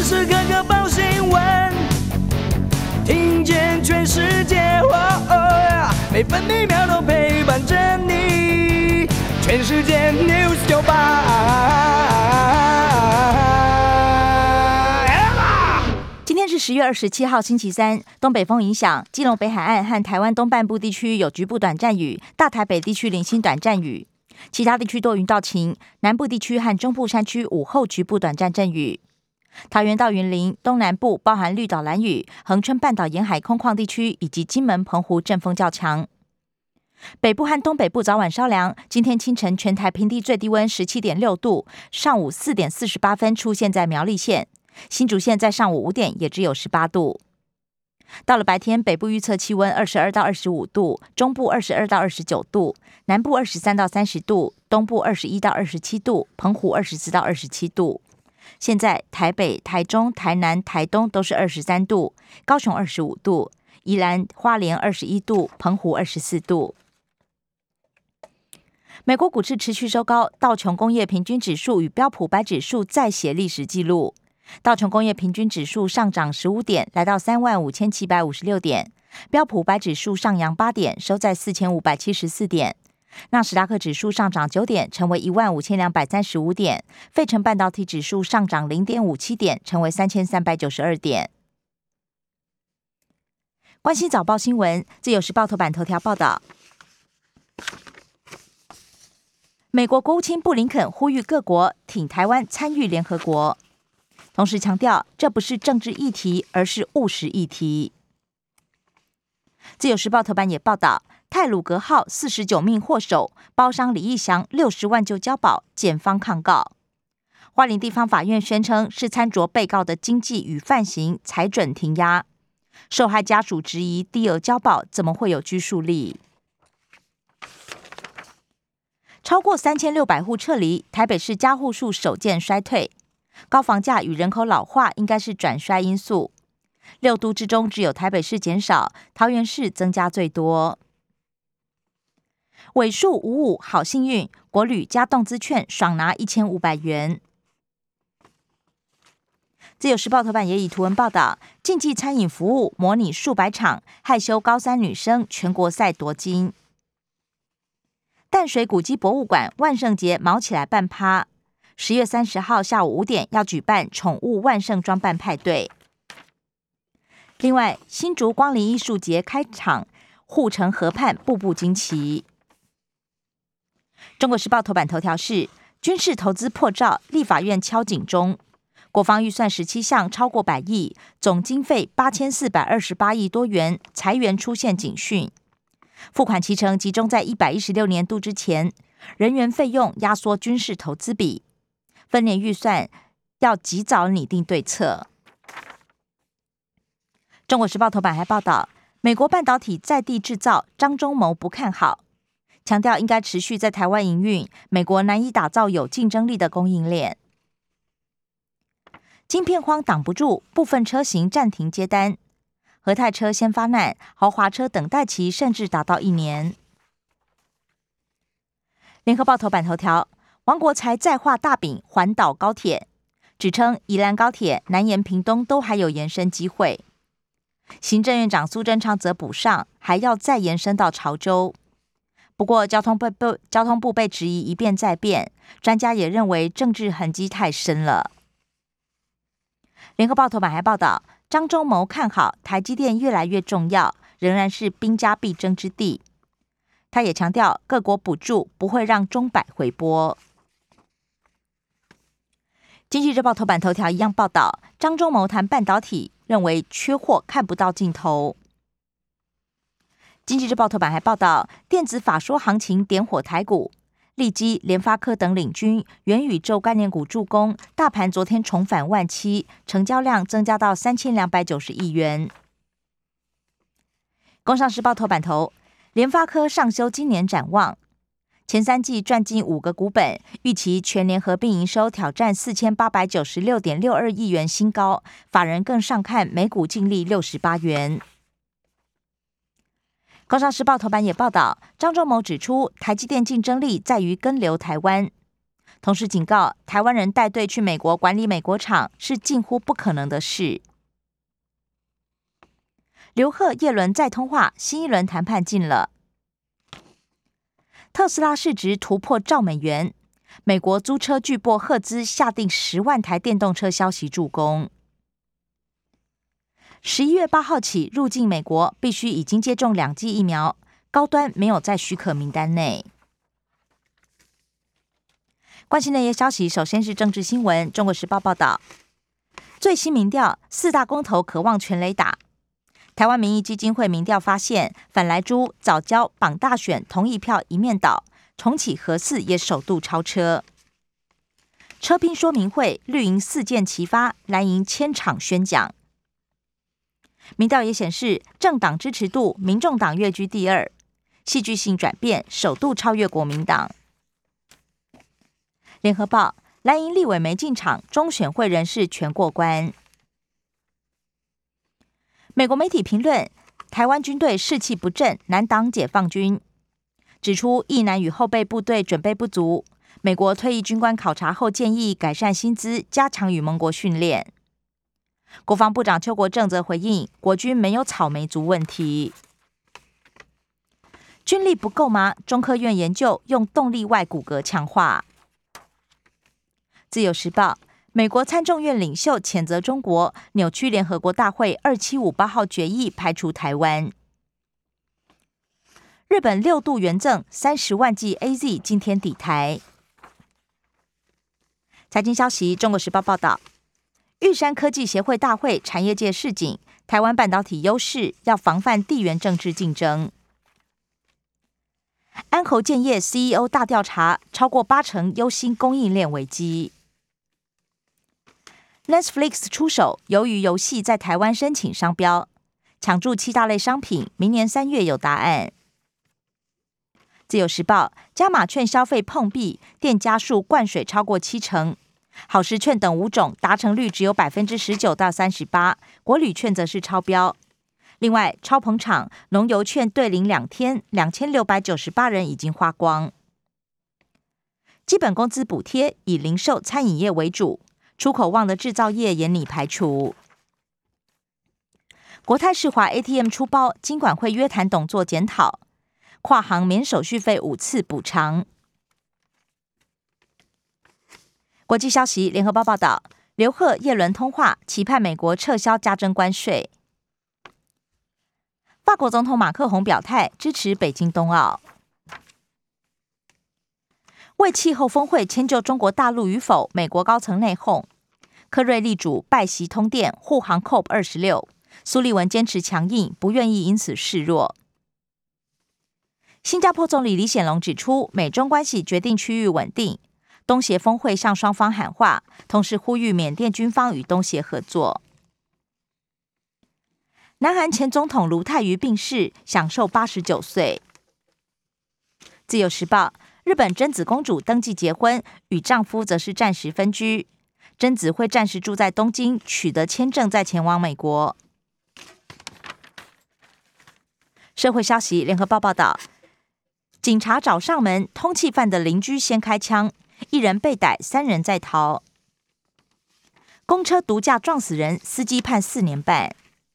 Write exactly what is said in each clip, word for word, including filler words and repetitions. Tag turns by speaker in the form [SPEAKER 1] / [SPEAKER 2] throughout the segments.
[SPEAKER 1] 时刻刻报新闻，听见全世界，哦哦，每分每秒都陪伴着你。全世界 News 九八。
[SPEAKER 2] 今天是十月二十七号，星期三。东北风影响，基隆北海岸和台湾东半部地区有局部短暂雨，大台北地区零星短暂雨，其他地区多云到晴。南部地区和中部山区午后局部短暂阵雨。桃园到云林东南部包含绿岛、兰屿、恒春半岛沿海空旷地区以及金门、澎湖阵风较强。北部和东北部早晚稍凉，今天清晨全台平地最低温 十七点六度，上午四点四十八分出现在苗栗县，新竹县在上午五点也只有十八度。到了白天，北部预测气温二十二到二十五度，中部二十二到二十九度，南部二十三到三十度，东部二十一到二十七度，澎湖二十四到二十七度。现在台北、台中、台南、台东都是二十三度，高雄二十五度，宜兰花莲二十一度，澎湖二十四度。美国股市持续收高，道琼工业平均指数与标普百指数再写历史纪录。道琼工业平均指数上涨十五点，来到三万五千七百五十六点；标普百指数上扬八点，收在四千五百七十四点；纳斯达克指数上涨九点，成为一万五千两百三十五点；费城半导体指数上涨零点五七点，成为三千三百九十二点。关心早报新闻，自由时报头版头条报道。美国国务卿布林肯呼吁各国挺台湾参与联合国，同时强调这不是政治议题，而是务实议题。自由时报头版也报道，太鲁阁号四十九命获首，包商李义祥六十万就交保，检方抗告。花莲地方法院宣称是参酌被告的经济与犯行，裁准停押。受害家属质疑低额交保怎么会有拘束力？超过三千六百户撤离，台北市家户数首见衰退。高房价与人口老化应该是转衰因素。六都之中，只有台北市减少，桃园市增加最多。尾数五五好幸运，国旅加动资券爽拿一千五百元。自由时报头版也以图文报道，竞技餐饮服务模拟数百场，害羞高三女生全国赛夺金。淡水古迹博物馆万圣节毛起来办趴，十月三十号下午五点要举办宠物万圣装扮派对。另外，新竹光临艺术节开场，护城河畔步步惊奇。中国时报头版头条是军事投资破兆，立法院敲警钟。国防预算十七项超过百亿，总经费八千四百二十八亿多元，裁员出现警讯。付款期程集中在一百一十六年度之前，人员费用压缩军事投资比，分年预算要及早拟定对策。中国时报头版还报道，美国半导体在地制造，张忠谋不看好，强调应该持续在台湾营运，美国难以打造有竞争力的供应链。晶片荒挡不住，部分车型暂停接单。和泰车先发难，豪华车等待期甚至达到一年。联合报头版头条，王国材再画大饼环岛高铁，指称宜兰高铁、南延屏东都还有延伸机会。行政院长苏贞昌则补上，还要再延伸到潮州。不过交通部交通部被质疑一变再变，专家也认为政治痕迹太深了。联合报头版还报道，张忠谋看好台积电越来越重要，仍然是兵家必争之地。他也强调，各国补助不会让钟摆回波。经济日报头版头条一样报道，张忠谋谈半导体，认为缺货看不到尽头。经济日报头版还报道，电子法说行情点火台股，力基、联发科等领军，元宇宙概念股助攻，大盘昨天重返万七，成交量增加到三千两百九十亿元。工商时报头版头，联发科上修今年展望，前三季赚进五个股本，预期全年合并营收挑战四千八百九十六点六二亿元新高，法人更上看每股净利六十八元。工商时报头版也报道，张忠谋指出，台积电竞争力在于跟留台湾， 同时警告台湾人带队去美国管理美国厂是近乎不可能的事。刘鹤、叶伦再通话，新一轮谈判近了。特斯拉市值突破兆美元，美国租车巨擘赫兹下定十万台电动车消息助攻。十一月八号起入境美国必须已经接种两剂疫苗，高端没有在许可名单内。关心内页消息，首先是政治新闻。中国时报报道，最新民调，四大公投渴望全垒打。台湾民意基金会民调发现，反莱猪、早教、绑大选同意票一面倒，重启核四也首度超车。车兵说明会，绿营四箭齐发，蓝营千场宣讲。民调也显示，政党支持度，民众党跃居第二，戏剧性转变，首度超越国民党。联合报，蓝营立委没进场，中选会人士全过关。美国媒体评论，台湾军队士气不振，难挡解放军，指出役男与后备部队准备不足。美国退役军官考察后建议改善薪资，加强与盟国训练。国防部长邱国正则回应，国军没有草莓族问题。军力不够吗？中科院研究用动力外骨骼强化。自由时报，美国参众院领袖谴责中国扭曲联合国大会二七五八号决议，排除台湾。日本六度援赠三十万剂 A Z 今天抵台。财经消息，中国时报报道，玉山科技协会大会产业界示警，台湾半导体优势，要防范地缘政治竞争。安侯建业 C E O 大调查，超过八成忧心供应链危机。Netflix 出手，鱿鱼游戏在台湾申请商标，抢注七大类商品，明年三月有答案。自由时报，加码券消费碰壁，店家数灌水超过七成，好食券等五种达成率只有百分之十九到三十八，国旅券则是超标。另外，超捧场农游券对领两天，两千六百九十八人已经花光。基本工资补贴以零售餐饮业为主，出口旺的制造业也拟排除。国泰世华 A T M 出包，金管会约谈董座检讨，跨行免手续费五次补偿。国际消息，联合报报道，刘鹤、叶伦通话，期盼美国撤销加征关税。法国总统马克宏表态支持北京冬奥。为气候峰会迁就中国大陆与否，美国高层内讧。科瑞力主拜习通电护航 C O P 二十六，苏利文坚持强硬，不愿意因此示弱。新加坡总理李显龙指出，美中关系决定区域稳定。东协峰会向双方喊话，同时呼吁缅甸军方与东协合作。南韩前总统卢泰愚病逝，享寿八十九岁。自由时报，日本贞子公主登记结婚，与丈夫则是暂时分居。贞子会暂时住在东京，取得签证再前往美国。社会消息，联合报报道，警察找上门，通缉犯的邻居先开枪，一人被逮，三人在逃。公车毒驾撞死人，司机判四年半。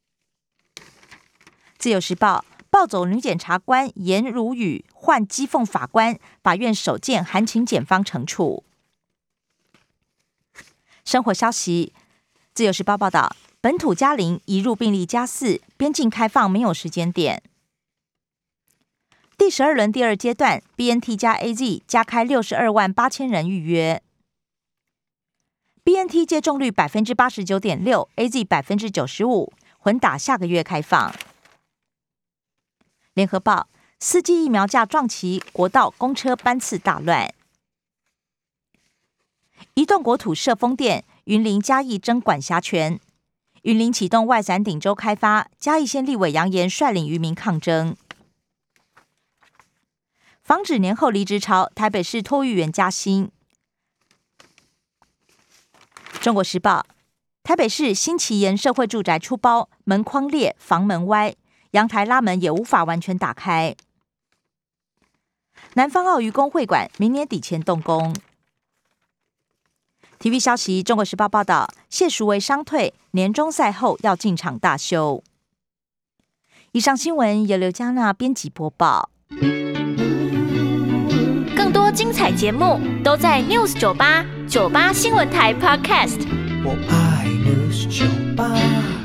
[SPEAKER 2] 自由时报，暴走女检察官颜如雨换讥讽法官，法院首见函请检方惩处。生活消息，自由时报报道，本土加零，移入病例加四，边境开放没有时间点。第十二轮第二阶段 ，B N T 加 A Z 加开六十二万八千人预约。B N T 接种率百分之八十九点六 ，A Z 百分之九十五，混打下个月开放。联合报，司机疫苗架撞旗，国道公车班次大乱。移动国土设风电，云林嘉义争管辖权。云林启动外伞顶洲开发，嘉义县立委扬言率领渔民抗争。防止年后离职潮，台北市托育员加薪。中国时报，台北市新奇岩社会住宅出包，门框裂，房门歪，阳台拉门也无法完全打开。南方澳渔工会馆明年底前动工。 体育消息，中国时报报道，谢淑薇伤退，年终赛后要进场大休。以上新闻由刘嘉娜编辑播报。
[SPEAKER 3] 更多精彩节目都在 News 九八九八新闻台 Podcast。
[SPEAKER 1] 我爱 News 九八。